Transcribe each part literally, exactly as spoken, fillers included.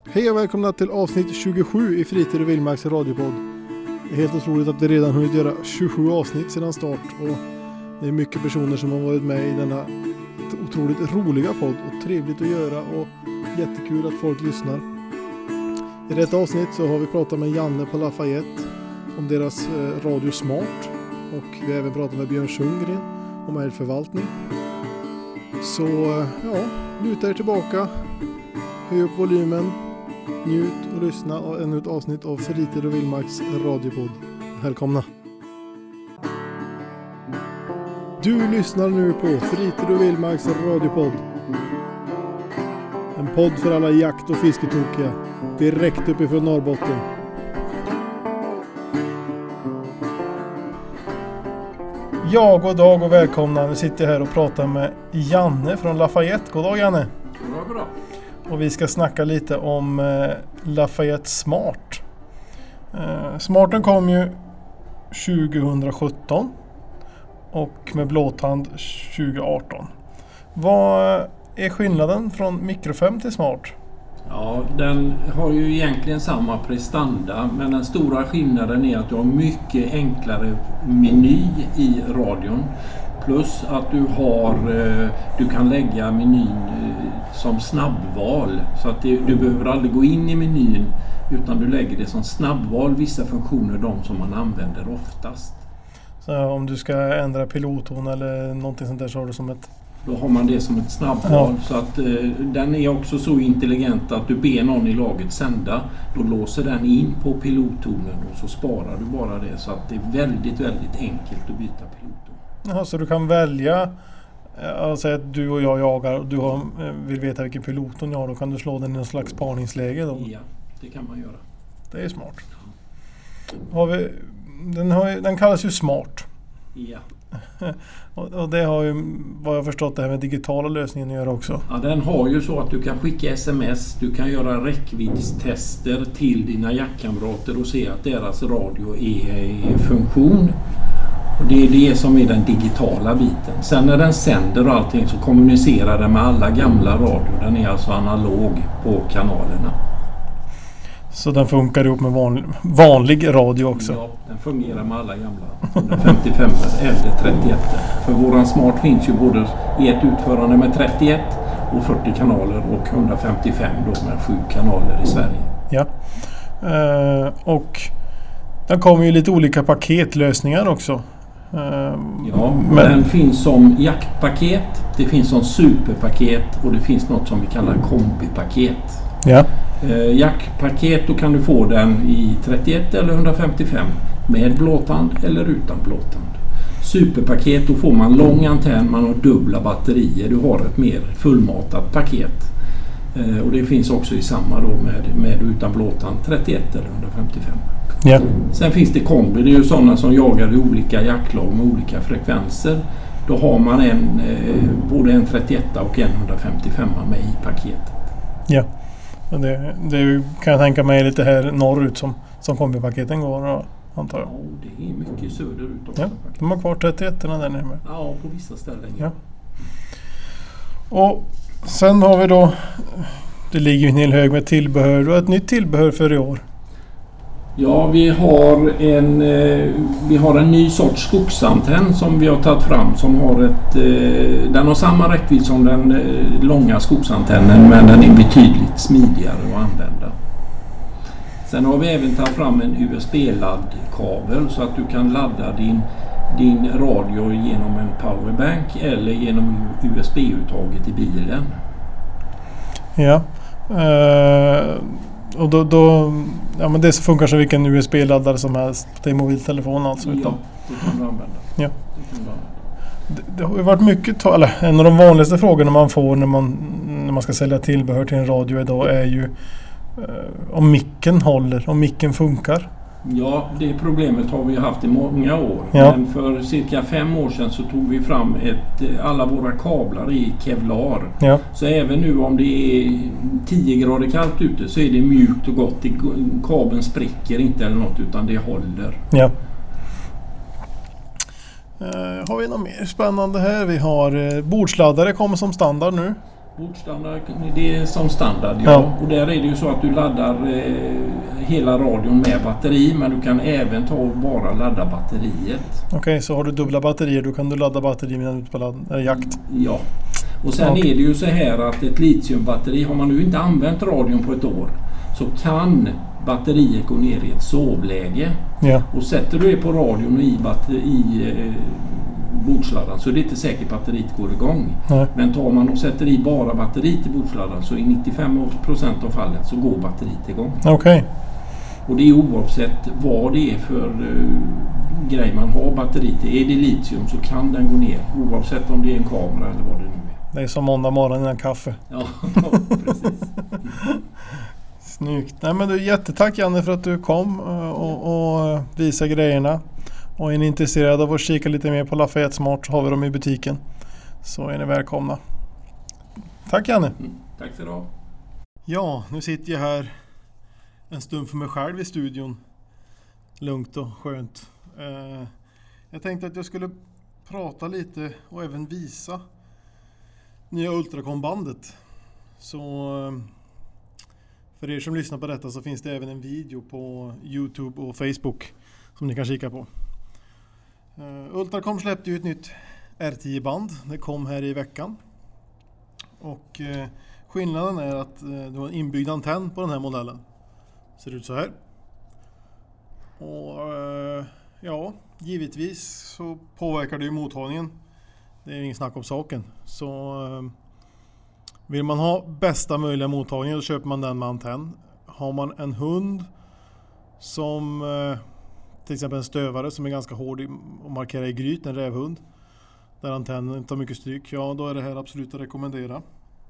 Hej och välkomna till avsnitt tjugosju i Fritid och Vildmarks radiopodd. Det är helt otroligt att vi redan hunnit göra tjugosju avsnitt sedan start och det är mycket personer som har varit med i denna otroligt roliga podd och trevligt att göra och jättekul att folk lyssnar. I detta avsnitt så har vi pratat med Janne på Lafayette om deras radio Smart och vi har även pratat med Björn Sundgren om älgförvaltning. Så ja, luta er tillbaka, höj upp volymen, njut och lyssna av ännu ett avsnitt av Fritid och Vildmarks radiopodd. Välkomna! Du lyssnar nu på Fritid och Vildmarks radiopodd. En podd för alla jakt- och fisketokiga, direkt uppifrån Norrbotten. Ja, god dag och välkomna. Nu sitter jag här och pratar med Janne från Lafayette. God dag Janne! God dag, god dag. Och vi ska snacka lite om eh, Lafayette Smart. Eh, Smarten kom ju tjugosjutton och med blåtand tjugoarton. Vad är skillnaden min Micro fem till Smart? Ja, den har ju egentligen samma prestanda, men den stora skillnaden är att du har mycket enklare meny i radion. Plus att du har, du kan lägga menyn som snabbval, så att du behöver aldrig gå in i menyn utan du lägger det som snabbval, vissa funktioner, de som man använder oftast. Så om du ska ändra pilotton eller någonting sånt där så har du som ett... Då har man det som ett snabbval, ja. Så att eh, den är också så intelligent att du ber någon i laget sända, då låser den in på pilottonen och så sparar du bara det, så att det är väldigt, väldigt enkelt att byta pilotton. Ja, så du kan välja, alltså att du och jag jagar och du har, vill veta vilken pilotton jag har, då kan du slå den i någon slags spaningsläge då? Ja, det kan man göra. Det är smart. Har vi, den, har, den kallas ju Smart. Ja. och, och det har ju, vad jag förstått, det här med digitala lösningen att göra också. Ja, den har ju så att du kan skicka sms, du kan göra räckviddstester till dina jaktkamrater och se att deras radio är i funktion. Och det är det som är den digitala biten. Sen när den sänder och allting så kommunicerar den med alla gamla radio. Den är alltså analog på kanalerna. Så den funkar ihop med vanlig, vanlig radio också? Ja, den fungerar med alla gamla hundrafemtiofem eller trettioett. För våran Smart finns ju både i ett utförande med trettioett och fyrtio kanaler och hundrafemtiofem då med sju kanaler i Sverige. Ja, uh, och den kommer ju lite olika paketlösningar också. Uh, ja, men... den finns som jaktpaket, det finns som superpaket och det finns något som vi kallar kombipaket. Ja. Eh, jackpaket, då kan du få den i trettioett eller hundrafemtiofem med blåtand eller utan blåtand. Superpaket, då får man lång antenn, man har dubbla batterier, du har ett mer fullmatat paket. Eh, och det finns också i samma då med, med utan blåtand, trettioett eller hundrafemtiofem. Ja. Sen finns det kombi, det är ju sådana som jagar i olika jaktlag med olika frekvenser. Då har man en, eh, både en trettioett och en hundrafemtiofem med i paketet. Ja. Det, det kan jag tänka mig lite här norrut som, som kombipaketen går, antar jag. Ja, det är mycket söderut också. Ja, de har kvar trettioettorna där nere. Ja, på vissa ställen. Ja. Och sen har vi då, det ligger en hel hög med tillbehör. Du har ett nytt tillbehör för i år. Ja, vi har en, eh, vi har en ny sorts skogsantenn som vi har tagit fram som har ett, eh, den har samma räckvidd som den eh, långa skogsantennen, men den är betydligt smidigare att använda. Sen har vi även tagit fram en U S B-laddkabel så att du kan ladda din, din radio genom en powerbank eller genom U S B-uttaget i bilen. Ja, uh... Och då, då, ja men det funkar som vilken U S B-laddare som helst. Det är mobiltelefon alltså. Ja, det kan du använda. Ja. Det, kan du använda. Det, det har ju varit mycket, eller en av de vanligaste frågorna man får när man, när man ska sälja tillbehör till en radio idag är ju eh, om micken håller, om micken funkar. Ja, det problemet har vi haft i många år. Ja. Men för cirka fem år sedan så tog vi fram ett, alla våra kablar i kevlar. Ja. Så även nu om det är tio grader kallt ute så är det mjukt och gott. Kabeln spricker inte eller något utan det håller. Ja. Uh, har vi något mer spännande här? Vi har uh, bordsladdare kommer som standard nu. Bordsstandard, det är som standard, ja. ja. Och där är det ju så att du laddar eh, hela radion med batteri, men du kan även ta och bara ladda batteriet. Okej, okay, så har du dubbla batterier, då kan du ladda batterier medan du är på ladd, eller jakt. Ja. Och sen okay. är det ju så här att ett litiumbatteri, har man nu inte använt radion på ett år, så kan batteriet gå ner i ett sovläge. Ja. Och sätter du det på radion och i, batteri, i eh, bordsladdaren, så är det inte säkert att batteriet går igång. Nej. Men tar man och sätter i bara batteriet i bordsladdaren, så i nittiofem procent av fallet så går batteriet igång. Okej. Okay. Och det är oavsett vad det är för uh, grej man har batteriet i. Är det litium så kan den gå ner, oavsett om det är en kamera eller vad det nu är. Det är som måndag morgon innan kaffe. Ja, precis. Snyggt. Nej, men du, jättetack Janne för att du kom och, och visade grejerna. Och är ni intresserade av att kika lite mer på Lafayette Smart så har vi dem i butiken. Så är ni välkomna. Tack Janne. Mm, tack så du. Ja, nu sitter jag här en stund för mig själv i studion. Lugnt och skönt. Eh, jag tänkte att jag skulle prata lite och även visa nya Ultracom-bandet. Så för er som lyssnar på detta så finns det även en video på YouTube och Facebook som ni kan kika på. Uh, Ultracom släppte ju ett nytt R tio-band. Det kom här i veckan. Och uh, skillnaden är att uh, du har en inbyggd antenn på den här modellen. Ser ut så här. Och uh, ja, givetvis så påverkar det ju mottagningen. Det är ingen snack om saken. Så uh, vill man ha bästa möjliga mottagning så köper man den med antenn. Har man en hund som uh, till exempel en stövare som är ganska hård och markerar i gryt, en rävhund, där antennen tar mycket stryk, ja då är det här absolut att rekommendera.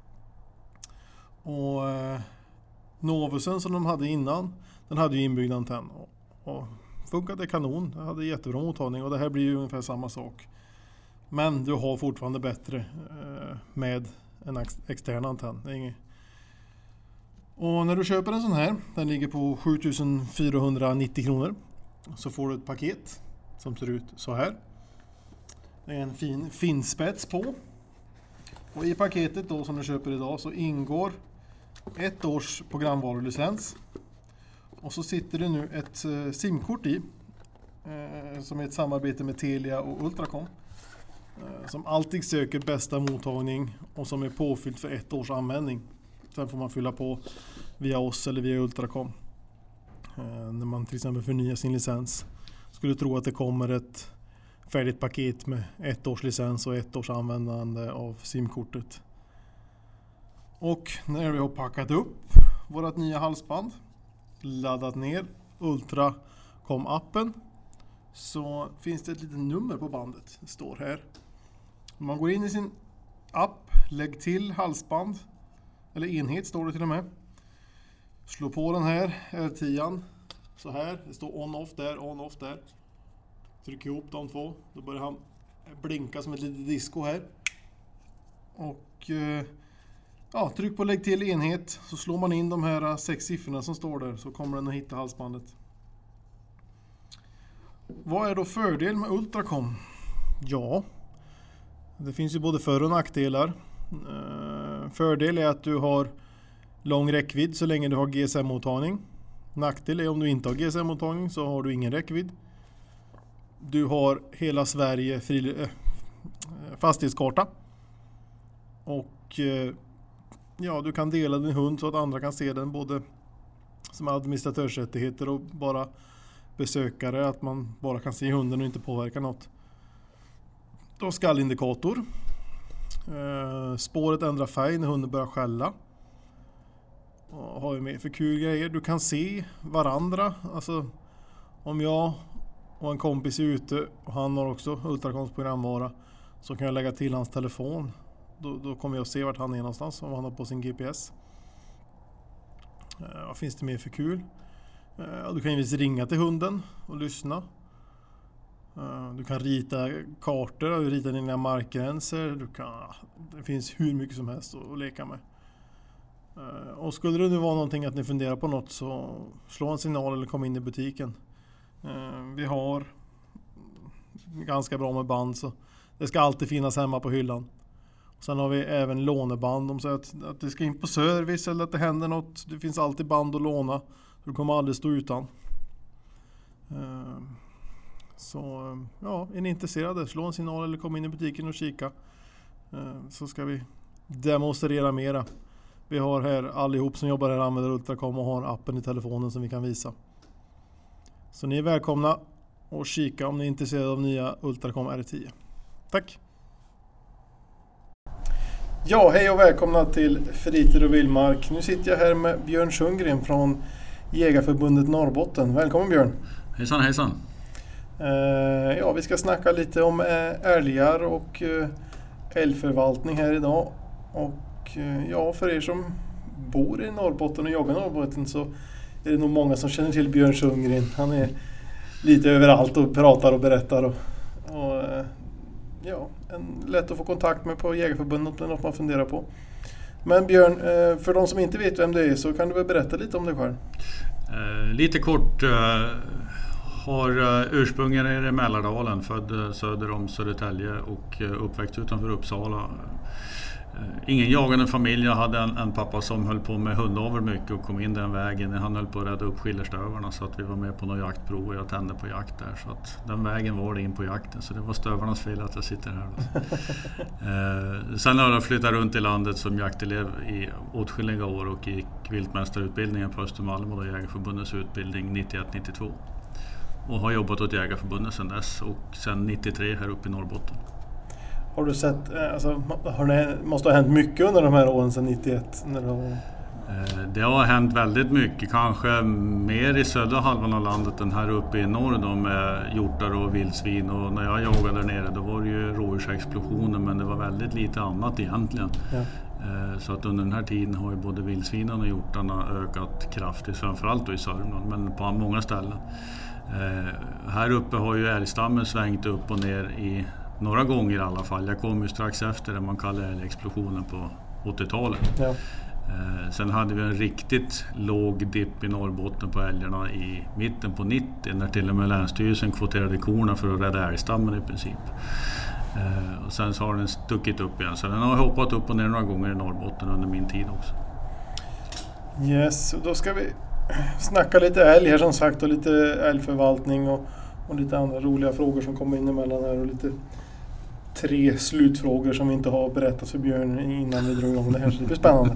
Och eh, Novusen som de hade innan, den hade ju inbyggd antenn och, och funkade kanon, det hade jättebra mottagning och det här blir ju ungefär samma sak. Men du har fortfarande bättre eh, med en ex- extern antenn. Det är inget. Och när du köper en sån här, den ligger på sjutufyrahundranittio kronor. Så får du ett paket som ser ut så här. Det är en fin finspets på. Och i paketet då som du köper idag så ingår ett års programvarulicens. Och så sitter det nu ett eh, simkort i. Eh, som är ett samarbete med Telia och Ultracom. Eh, som alltid söker bästa mottagning och som är påfyllt för ett års användning. Sen får man fylla på via oss eller via Ultracom. När man till exempel förnyar sin licens. Skulle tro att det kommer ett färdigt paket med ett års licens och ett års användande av simkortet. Och när vi har packat upp vårt nya halsband, laddat ner Ultracom-appen, så finns det ett litet nummer på bandet. Det står här. Man går in i sin app, lägg till halsband, eller enhet står det till och med. Slå på den här R tio så här. Det står on-off där, on-off där. Tryck ihop de två. Då börjar han blinka som ett litet disco här. Och ja, tryck på lägg till enhet. Så slår man in de här sex siffrorna som står där. Så kommer den att hitta halsbandet. Vad är då fördel med Ultracom? Ja, det finns ju både för- och nackdelar. Fördel är att du har lång räckvidd så länge du har G S M-mottagning. Nackdel är om du inte har G S M-mottagning så har du ingen räckvidd. Du har hela Sverige fri, äh, fastighetskarta. Och äh, ja, du kan dela din hund så att andra kan se den både som administratörsrättigheter och bara besökare. Att man bara kan se hunden och inte påverka något. Du har skallindikator. Äh, spåret ändrar färg när hunden börjar skälla. Och har ju med för kul grejer. Du kan se varandra. Alltså om jag och en kompis är ute och han har också Ultracoms programvara, så kan jag lägga till hans telefon. Då, då kommer jag att se vart han är någonstans om han har på sin G P S. Uh, vad finns det mer för kul? Uh, du kan givetvis ringa till hunden och lyssna. Uh, du kan rita kartor och rita dina markgränser. Du kan, det finns hur mycket som helst att, att leka med. Uh, och skulle det nu vara någonting att ni funderar på något, så slå en signal eller kom in i butiken. Uh, vi har ganska bra med band, så det ska alltid finnas hemma på hyllan. Sen har vi även låneband. De säger att, att det ska in på service eller att det händer något. Det finns alltid band att låna. Du kommer aldrig stå utan. Så ja, är ni intresserade, slå en signal eller kom in i butiken och kika. Så ska vi demonstrera mera. Vi har här allihop som jobbar här använder Ultracom och har appen i telefonen som vi kan visa. Så ni är välkomna och kika om ni är intresserade av nya Ultracom R tio. Tack! Ja, hej och välkomna till Fritid och Vildmark. Nu sitter jag här med Björn Sundgren från Jägarförbundet Norrbotten. Välkommen Björn! Hejsan, hejsan! Uh, ja, vi ska snacka lite om uh, älgar och uh, älgförvaltning här idag. Och uh, ja, för er som bor i Norrbotten och jagar Norrbotten så är det nog många som känner till Björn Sundgren. Han är lite överallt och pratar och berättar. Och, och uh, ja, en, lätt att få kontakt med på Jägarförbundet, det är något man funderar på. Men Björn, uh, för de som inte vet vem det är så kan du väl berätta lite om dig själv? Uh, lite kort... Uh... Har ursprungligen i Mälardalen, född söder om Södertälje och uppväxt utanför Uppsala. Ingen jagande familj. Jag hade en, en pappa som höll på med hundavel mycket och kom in den vägen. Han höll på att rädda upp skillerstövarna så att vi var med på några jaktprov och jag tände på jakt där. Så att den vägen var det in på jakten. Så det var stövarnas fel att jag sitter här. eh, sen har jag flyttat runt i landet som jaktelev i åtskilliga år och gick viltmästarutbildningen på Östermalm och Jägarförbundets utbildning nittioett nittiotvå. Och har jobbat åt Jägarförbundet sedan dess och sedan nittiotre här uppe i Norrbotten. Har du sett, alltså, har det måste ha hänt mycket under de här åren sedan nittioett? När det, har... det har hänt väldigt mycket, kanske mer i södra halvan av landet än här uppe i norr då, med hjortar och vildsvin. Och när jag jagade där nere då var det ju rådjursexplosioner, men det var väldigt lite annat egentligen. Ja. Så att under den här tiden har ju både vildsvinen och hjortarna ökat kraftigt, framförallt då i Sörmland, men på många ställen. Uh, här uppe har ju älgstammen svängt upp och ner i några gånger i alla fall. Jag kom ju strax efter det man kallar älgexplosionen på åttiotalet. Ja. Uh, sen hade vi en riktigt låg dipp i Norrbotten på älgarna i mitten på nittio när till och med Länsstyrelsen kvoterade korna för att rädda älgstammen i princip. Uh, och sen så har den stuckit upp igen. Så den har hoppat upp och ner några gånger i Norrbotten under min tid också. Yes, då ska vi snacka lite älg här som sagt och lite älgförvaltning och, och lite andra roliga frågor som kommer in emellan här och lite tre slutfrågor som vi inte har berättat för Björn innan vi drog igång det här, så det blir spännande.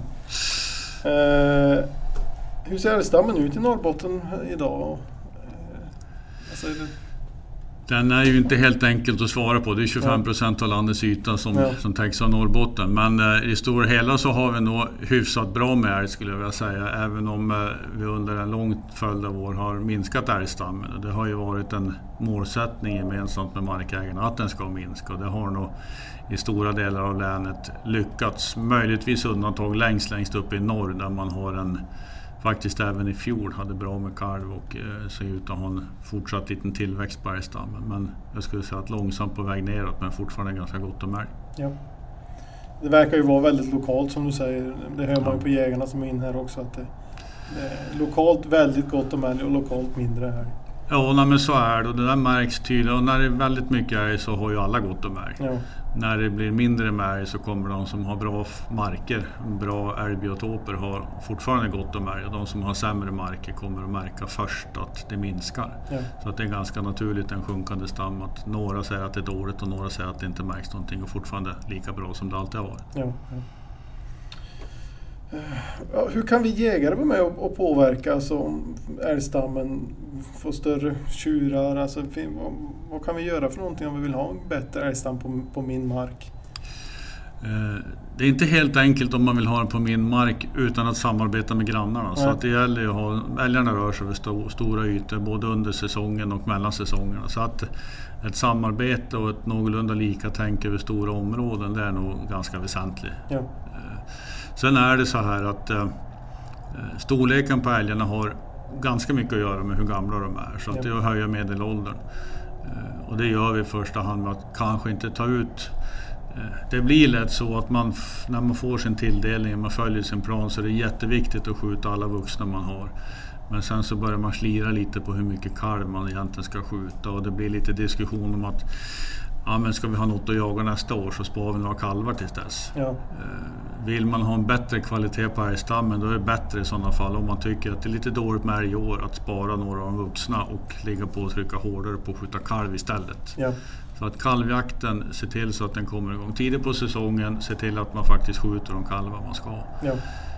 Uh, hur ser älgstammen ut i Norrbotten idag? Uh, alltså är det... Den är ju inte helt enkelt att svara på. Det är tjugofem procent av landets yta som, ja. som täcks av Norrbotten. Men eh, i stora hela så har vi nog hyfsat bra med älg skulle jag vilja säga. Även om eh, vi under en lång följd av år har minskat älgstammen. Det har ju varit en målsättning gemensamt med markägarna att den ska minska. Och det har nog i stora delar av länet lyckats. Möjligtvis undantag längst längst upp i norr där man har en... Faktiskt även i fjol hade bra med kalv och eh, ser ut att ha en fortsatt liten tillväxt på älgstammen. Men jag skulle säga att långsamt på väg neråt, men fortfarande ganska gott om älg. Ja. Det verkar ju vara väldigt lokalt som du säger. Det hör man ju på jägarna som är in här också. Att det, det är lokalt väldigt gott om älg och lokalt mindre älg. Ja, nej, men så är det och det där märks tydligt. Och när det är väldigt mycket älg så har ju alla gott om älg. Ja. När det blir mindre med älg så kommer de som har bra marker, bra älgbiotoper har fortfarande gott om älg. Och de som har sämre marker kommer att märka först att det minskar. Ja. Så att det är ganska naturligt en sjunkande stam att några säger att det är dåligt och några säger att det inte märks någonting och fortfarande lika bra som det alltid har varit. Ja, ja. Ja, hur kan vi jägare vara med och, och påverka alltså, om älgstammen får större tjurar? Alltså, vad, vad kan vi göra för någonting om vi vill ha en bättre älgstam på, på min mark? Eh, det är inte helt enkelt om man vill ha den på min mark utan att samarbeta med grannarna. Nej. Så att det gäller ju att ha, älgarna rör sig över sto, stora ytor både under säsongen och mellan säsongerna. Så att ett samarbete och ett någorlunda lika tänk över stora områden, det är nog ganska väsentligt. Ja. Sen är det så här att eh, storleken på älgarna har ganska mycket att göra med hur gamla de är. Så att det är att höja medelåldern. Eh, och det gör vi i första hand med att kanske inte ta ut... Eh, det blir lätt så att man, när man får sin tilldelning, man följer sin plan, så är det jätteviktigt att skjuta alla vuxna man har. Men sen så börjar man slira lite på hur mycket kalv man egentligen ska skjuta. Och det blir lite diskussion om att ja, men ska vi ha något att jaga nästa år så sparar vi några kalvar tills dess. Ja. Eh, vill man ha en bättre kvalitet på älgstammen, då är det bättre i sådana fall om man tycker att det är lite dåligt med älg i år att spara några av de vuxna och ligga på och trycka hårdare på att skjuta kalv istället. Ja. Så att kalvjakten, ser till så att den kommer igång tidigt på säsongen, ser till att man faktiskt skjuter de kalvar man ska. Ja.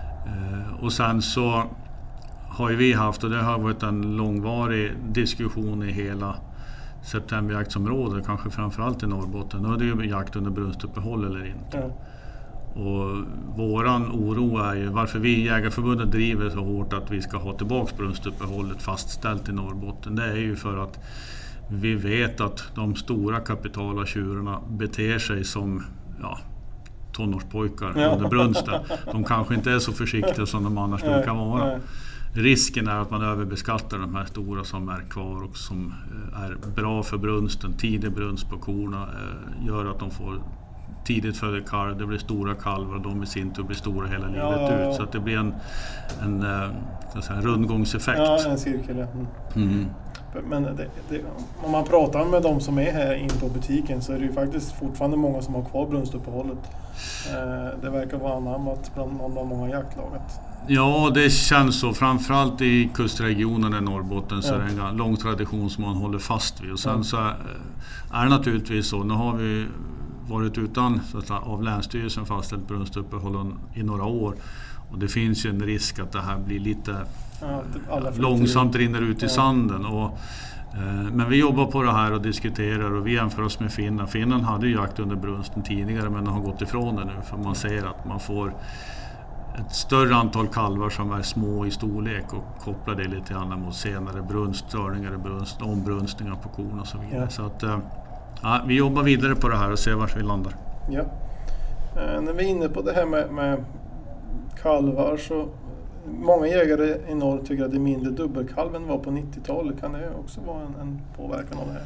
Eh, och sen så har ju vi haft, och det har varit en långvarig diskussion i hela septemberjaktsområdet, kanske framförallt i Norrbotten. Nu är det ju jakt under brunstuppehåll eller inte. Ja. Och våran oro är ju varför vi i Jägarförbundet driver så hårt att vi ska ha tillbaka brunstuppehållet fastställt i Norrbotten. Det är ju för att vi vet att de stora kapitala tjurarna beter sig som ja, tonårspojkar Ja. under brunsten. De kanske inte är så försiktiga som de annars Nej, brukar vara. nej. Risken är att man överbeskattar de här stora som är kvar och som är bra för brunsten. Tidig brunst på korna gör att de får tidigt föder kalv, det blir stora kalvar och de i sin tur blir stora hela livet Ja, ja, ja. ut. Så att det blir en, en, så att säga, rundgångseffekt. Ja, en cirkel. Ja. Mm. Mm. Men det, det, om man pratar med de som är här in på butiken så är det ju faktiskt fortfarande många som har kvar brunstuppehållet. Eh, det verkar vara anammat bland någon många jaktlaget. Ja, det känns så. Framförallt i kustregionen i Norrbotten så Ja. är det en lång tradition som man håller fast vid. Och sen Ja. så är, är det naturligtvis så. Nu har vi varit utan så att säga, av Länsstyrelsen fastställt brunstuppehåll i några år. Och det finns ju en risk att det här blir lite Ja, alla långsamt rinner ut i Ja. sanden. Och, eh, men vi jobbar på det här och diskuterar och vi jämför oss med Finland. Finland hade ju jakt under brunsten tidigare men de har gått ifrån det nu för man ser att man får ett större antal kalvar som är små i storlek och kopplar det lite grann mot senare brunststörningar i brunst, ombrunstningar på korn och så vidare. Ja. Så att, eh, ja, vi jobbar vidare på det här och ser var vi landar. Ja. Eh, när vi är inne på det här med, med kalvar så många jägare i norr tycker att det är mindre dubbelkalven var på nittiotalet. Kan det också vara en, en påverkan av det här?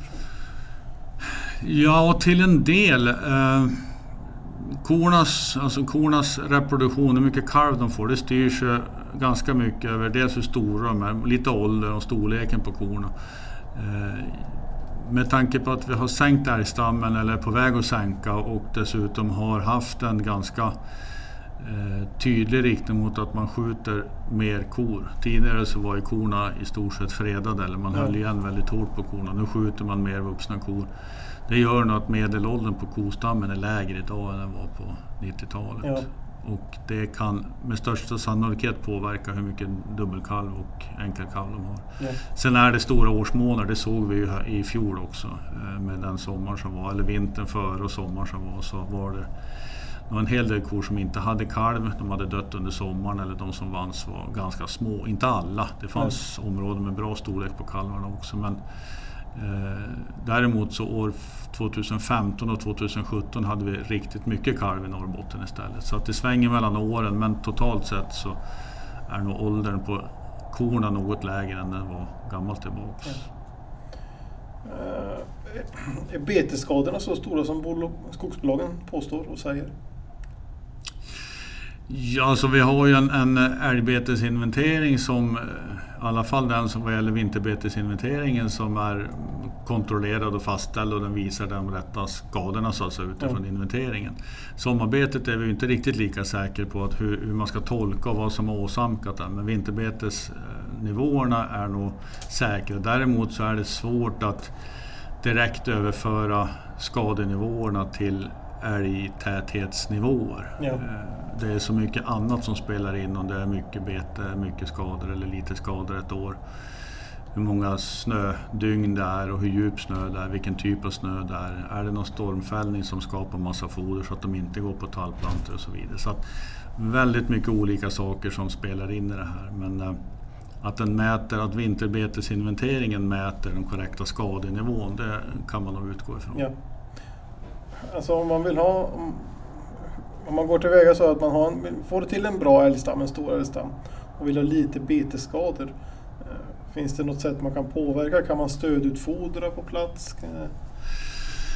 Ja, till en del. Eh, kornas, alltså kornas reproduktion, hur mycket kalv de får, det styrs ju ganska mycket över dels hur stora de är, lite ålder och storleken på korna. Eh, med tanke på att vi har sänkt älgstammen eller är på väg att sänka och dessutom har haft en ganska eh, tydlig riktning mot att man skjuter mer kor. Tidigare så var ju korna i stort sett fredade eller man Ja. höll igen väldigt hårt på korna. Nu skjuter man mer vuxna kor. Det gör nog att medelåldern på kostammen är lägre idag än den var på nittiotalet. Ja. Och det kan med största sannolikhet påverka hur mycket dubbelkalv och enkelkalv de har. Ja. Sen är det stora årsmånader, det såg vi ju här i fjol också eh, med den sommar som var, eller vintern före och sommar som var, så var det, det var en hel del kor som inte hade kalv, de hade dött under sommaren eller de som vanns var ganska små, inte alla, det fanns mm. områden med bra storlek på kalvarna också men eh, däremot så år tjugohundrafemton och tjugosjutton hade vi riktigt mycket kalv i Norrbotten istället. Så att det svänger mellan åren men totalt sett så är nog åldern på korna något lägre än den var gammalt tillbaka. Ja. Uh, är betesskadorna så stora som skogsbolagen påstår och säger? Ja, alltså vi har ju en, en älgbetesinventering som, i alla fall den som vad gäller vinterbetesinventeringen som är kontrollerad och fastställd och den visar de rätta skadorna så alltså utifrån mm. inventeringen. Sommarbetet är vi ju inte riktigt lika säker på att hur, hur man ska tolka och vad som har åsamkat den, men vinterbetesnivåerna är nog säkra. Däremot så är det svårt att direkt överföra skadenivåerna till älgtäthetsnivåer. Ja. Det är så mycket annat som spelar in om det är mycket bete, mycket skador eller lite skador ett år. Hur många snödygn det är och hur djup snö det är, vilken typ av snö det är. Är det någon stormfällning som skapar massa foder så att de inte går på tallplantor och så vidare. Så att väldigt mycket olika saker som spelar in i det här. Men att den mäter, att vinterbetesinventeringen mäter den korrekta skadenivån, det kan man nog utgå ifrån. Ja. Alltså om man vill ha, om, om man går tillväga så att man har en, får till en bra älgstam, en stor älgstam och vill ha lite betesskador, eh, finns det något sätt man kan påverka? Kan man stödutfodra på plats?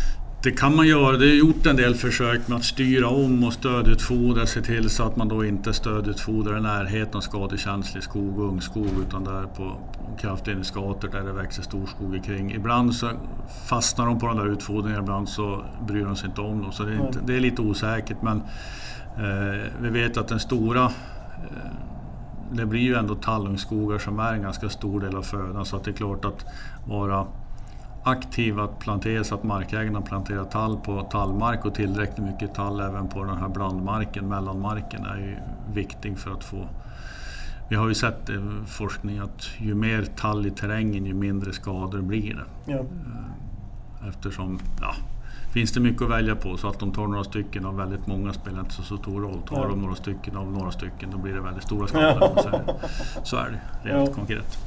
Det kan man göra. Det är gjort en del försök med att styra om och stödutfodra, se till så att man då inte stödutfodrar i närheten av skadekänslig skog och ungskog, utan där på, på kraftledningsgator där det växer stor skog kring. Ibland så fastnar de på den där utfodringen, ibland så bryr de sig inte om dem. Så det är, inte, det är lite osäkert, men eh, vi vet att den stora eh, det blir ju ändå tallungskogar som är en ganska stor del av födan, så att det är klart att vara aktiv att plantera så att markägarna planterar tall på tallmark och tillräckligt mycket tall även på den här blandmarken, mellanmarken, är ju viktig för att få. Vi har ju sett i forskning att ju mer tall i terrängen ju mindre skador blir det. Ja. Eftersom, ja, finns det mycket att välja på, så att de tar några stycken av väldigt många spelar inte så, så stor roll. Tar ja. de några stycken av några stycken, då blir det väldigt stora skador. Ja. Så, är det, så är det, rent ja. konkret.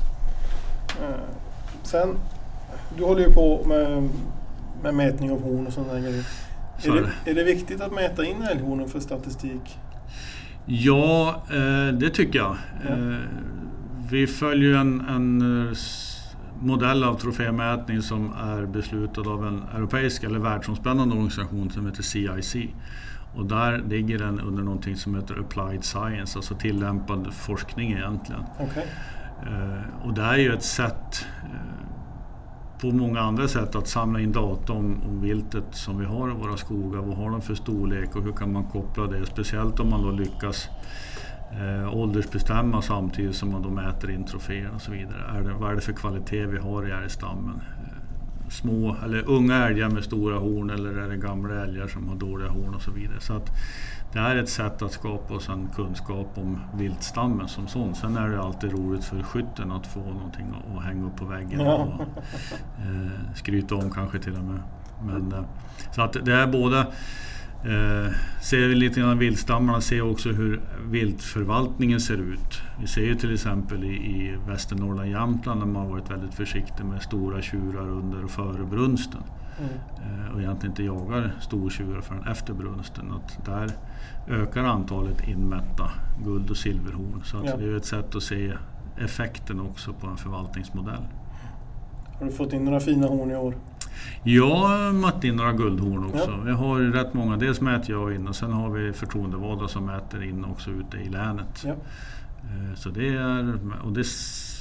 Sen, du håller ju på med, med mätning av horn och sådana grejer. Är det, är det viktigt att mäta in älghornen för statistik? Ja, eh, det tycker jag. Ja. Eh, vi följer en, en modell av trofémätning som är beslutad av en europeisk eller världsomspännande organisation som heter C I C. Och där ligger den under någonting som heter Applied Science, alltså tillämpad forskning egentligen. Okay. Eh, och det är ju ett sätt eh, på många andra sätt att samla in data om, om viltet som vi har i våra skogar. Vad har de för storlek och hur kan man koppla det? Speciellt om man då lyckas eh, åldersbestämma samtidigt som man då mäter in troféer och så vidare. Är det, vad är det för kvalitet vi har i älgstammen? Eh, små eller unga älgar med stora horn, eller är det gamla älgar som har dåliga horn och så vidare. Så att det är ett sätt att skapa oss en kunskap om viltstammen som sån. Sen är det alltid roligt för skytten att få någonting att hänga upp på väggen ja. och eh, skryta om kanske till och med. Men, eh, så att det är både eh, ser vi lite grann viltstammarna, ser också hur viltförvaltningen ser ut. Vi ser ju till exempel i, i Västernorrland, Jämtland, där man har varit väldigt försiktig med stora tjurar under och före brunsten. Mm. Och egentligen inte jagar stortjurar förrän efter brunsten. Att där ökar antalet inmätta guld- och silverhorn. Så att ja. det är ett sätt att se effekten också på en förvaltningsmodell. Har du fått in några fina horn i år? Jag har mätt in några guldhorn också. Ja. Vi har rätt många, dels mäter jag in och sen har vi förtroendevalda som mäter in också ute i länet. Ja. Så det är, och det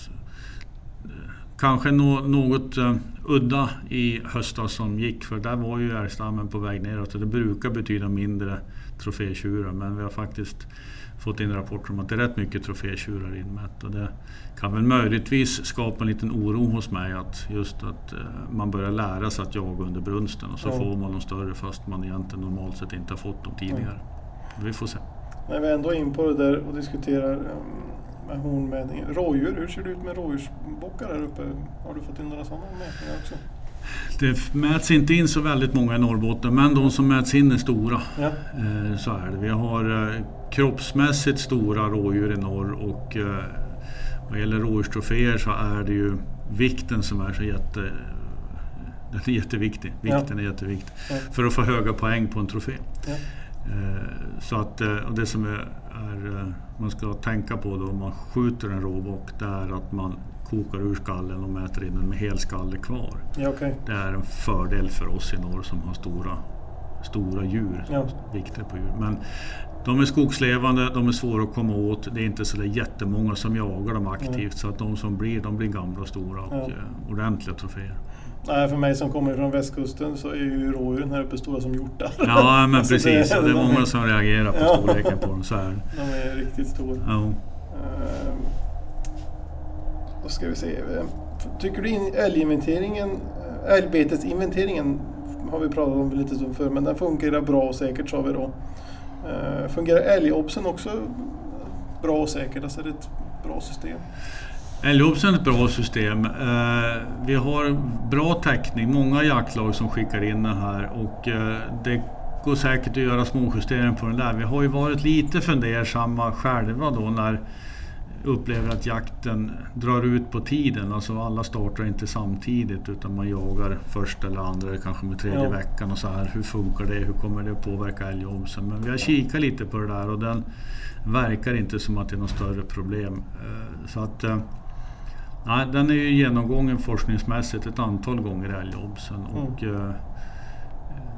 kanske no, något uh, udda i höstas som gick, för där var ju älgstammen på väg neråt. Det brukar betyda mindre trofétjurar, men vi har faktiskt fått in rapporter om att det är rätt mycket trofétjurar inmätt. Och det kan väl möjligtvis skapa en liten oro hos mig att just att uh, man börjar lära sig att jaga under brunsten och så ja. får man de större fast man egentligen normalt sett inte har fått dem tidigare. Ja. Vi får se. När vi ändå är in på det där och diskuterar um... med hornmätning. Rådjur, hur ser det ut med rådjursbockar här uppe? Har du fått in några sådana mätningar också? Det mäts inte in så väldigt många i Norrbotten, men de som mäts in är stora. Ja. Eh, så är det. Vi har eh, kroppsmässigt stora rådjur i norr, och eh, vad gäller rådjurstroféer så är det ju vikten som är så jätte, den är jätteviktig. Vikten ja. är jätteviktig ja. för att få höga poäng på en trofé. Ja. Så att och det som är, är man ska tänka på då om man skjuter en råbock, det är att man kokar ur skallen och mäter in den med hel skalle kvar. Ja, okay. Det är en fördel för oss i norr som har stora, stora djur, ja. vikter på djur. Men de är skogslevande, de är svåra att komma åt. Det är inte så där jättemånga som jagar dem aktivt, ja. så att de som blir, de blir gamla och stora och ja. ordentliga troféer. Nej, för mig som kommer från västkusten så är ju rådjuren här uppe stora som hjortar. Ja, men alltså precis. Det är, det är många är, som reagerar på ja, storleken på dem. Så här. De är riktigt stora. Ja. Uh, då ska vi se. Tycker du in, älginventeringen, älgbetesinventeringen har vi pratat om lite stund för, men den fungerar bra och säkert, sa vi då. Uh, fungerar älgobsen också bra och säkert? Alltså är det ett bra system? Älgobsen är ett bra system. Eh, vi har bra täckning, många jaktlag som skickar in den här, och eh, det går säkert att göra småjusteringar på den där. Vi har ju varit lite fundersamma själva då när upplever att jakten drar ut på tiden. Alltså alla startar inte samtidigt utan man jagar först eller andra, kanske med tredje ja. veckan och så här. Hur funkar det? Hur kommer det att påverka älgobsen? Men vi har kikat lite på det där och den verkar inte som att det är något större problem. Så att nej, den är ju genomgången forskningsmässigt ett antal gånger älgobsen och mm.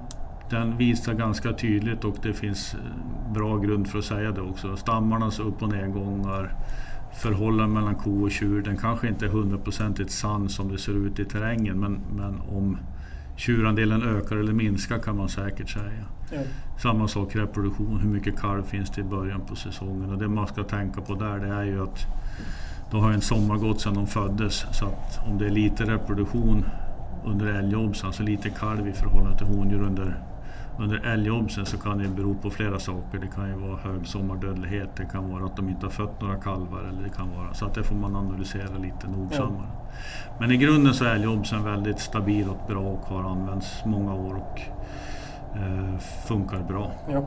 den visar ganska tydligt, och det finns bra grund för att säga det också. Stammarnas upp- och nedgångar, förhållanden mellan ko och tjur, den kanske inte är hundraprocentigt sann som det ser ut i terrängen, men, men om tjurandelen ökar eller minskar kan man säkert säga. Ja. Samma sak reproduktion, hur mycket kalv finns det i början på säsongen, och det man ska tänka på där, det är ju att då har en sommar gått sedan de föddes, så att om det är lite reproduktion under älgjobbsen, alltså lite kalv i förhållande till hondjur under, under älgjobbsen, så kan det bero på flera saker. Det kan ju vara hög sommardödlighet, det kan vara att de inte har fött några kalvar, eller det kan vara, så att det får man analysera lite nogsammare. Ja. Men i grunden så är älgjobbsen väldigt stabil och bra och har använts många år och eh, funkar bra. Ja.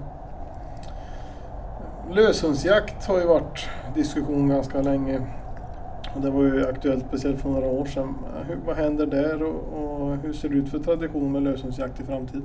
Löshundsjakt har ju varit diskussion ganska länge. Och det var ju aktuellt speciellt för några år sedan. Hur, vad händer där och, och hur ser det ut för tradition med löshundsjakt i framtiden?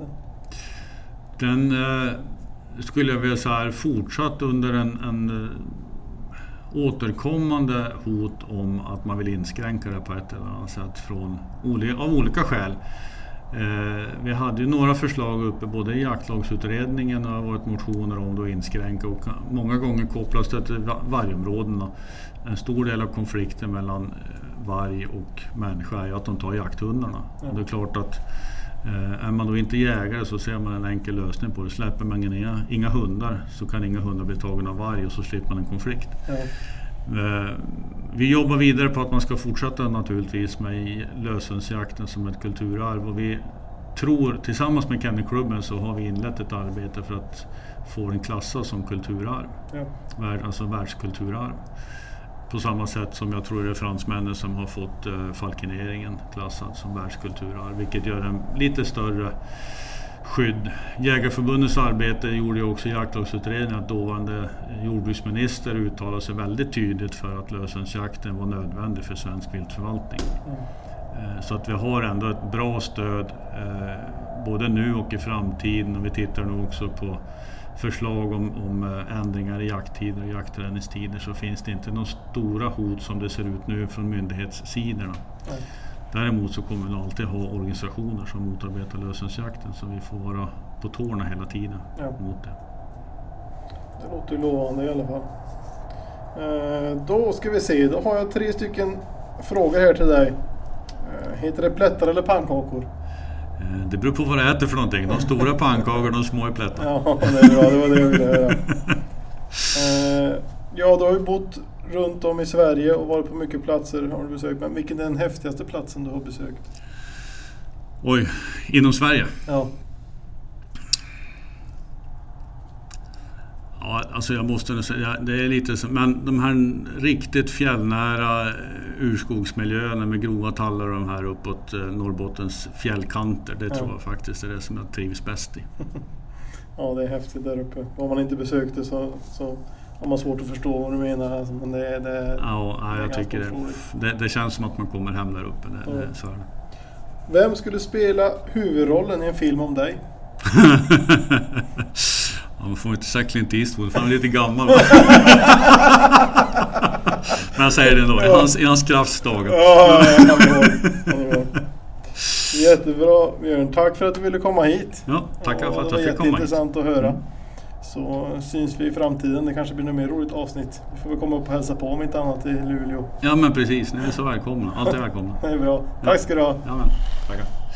Den eh, skulle jag vilja säga fortsatt under en, en eh, återkommande hot om att man vill inskränka det på ett eller annat sätt från, av olika skäl. Eh, vi hade ju några förslag uppe både i jaktlagsutredningen och det har varit motioner om att inskränka, och många gånger kopplas det till vargområdena. En stor del av konflikten mellan varg och människa är att de tar jakthundarna. Mm. Och det är klart att eh, är man då inte jägare så ser man en enkel lösning på det. Släpper man inga, inga hundar så kan inga hundar bli tagna av varg, och så slipper man en konflikt. Mm. Eh, vi jobbar vidare på att man ska fortsätta naturligtvis med löshundsjakten som ett kulturarv, och vi tror tillsammans med Kennelklubben så har vi inlett ett arbete för att få den klassas som kulturarv. Mm. Alltså världskulturarv. På samma sätt som jag tror det är fransmännen som har fått eh, falkeneringen klassad som världskulturarv, vilket gör en lite större skydd. Jägarförbundets arbete gjorde ju också jaktlagsutredningen att dåvarande jordbruksminister uttalade sig väldigt tydligt för att löshundsjakten var nödvändig för svensk viltförvaltning. Mm. Eh, så att vi har ändå ett bra stöd eh, både nu och i framtiden, och vi tittar nu också på förslag om, om ändringar i jakttider och jaktträningstider, så finns det inte några stora hot som det ser ut nu från myndighetssidorna. Nej. Däremot så kommer vi alltid ha organisationer som motarbetar löshundsjakten, så vi får vara på tårna hela tiden ja. mot det. Det låter ju lovande i alla fall. Eh, då ska vi se, då har jag tre stycken frågor här till dig. Eh, heter det plättar eller pannkakor? Det beror på vad det äter för någonting. De stora pannkakor och de små i plättar. Ja, det är bra. Det var det jag ville höra. eh, ja, du har ju bott runt om i Sverige och varit på mycket platser har du besökt. Men vilken är den häftigaste platsen du har besökt? Oj, inom Sverige? Ja. Ja, alltså jag måste säga, det är lite så, men de här riktigt fjällnära urskogsmiljöerna med grova tallar och de här uppåt Norrbottens fjällkanter, det ja. tror jag faktiskt är det som jag trivs bäst i. Ja, det är häftigt där uppe. Om man inte besökt det så, så har man svårt att förstå vad du menar. Alltså, men det, det, ja, ja, jag tycker det, det, det känns som att man kommer hem där uppe. Det, ja. det, så är det. Vem skulle spela huvudrollen i en film om dig? Ja, man får inte säga Clint Eastwood, för han är lite gammal. Men jag säger det ändå, i hans, i hans kraftdagar. Ja, ja, ja, jättebra, Björn. Tack för att du ville komma hit. Ja, tackar ja, för att jag fick komma hit. Det var jätteintressant att höra. Mm. Så syns vi i framtiden. Det kanske blir något mer roligt avsnitt. Vi får väl komma upp och hälsa på om inte annat i Luleå. Ja, men precis. Ni är så välkomna. Alltid välkomna. Det är bra. Tack ska du ha. Ja, men, tackar.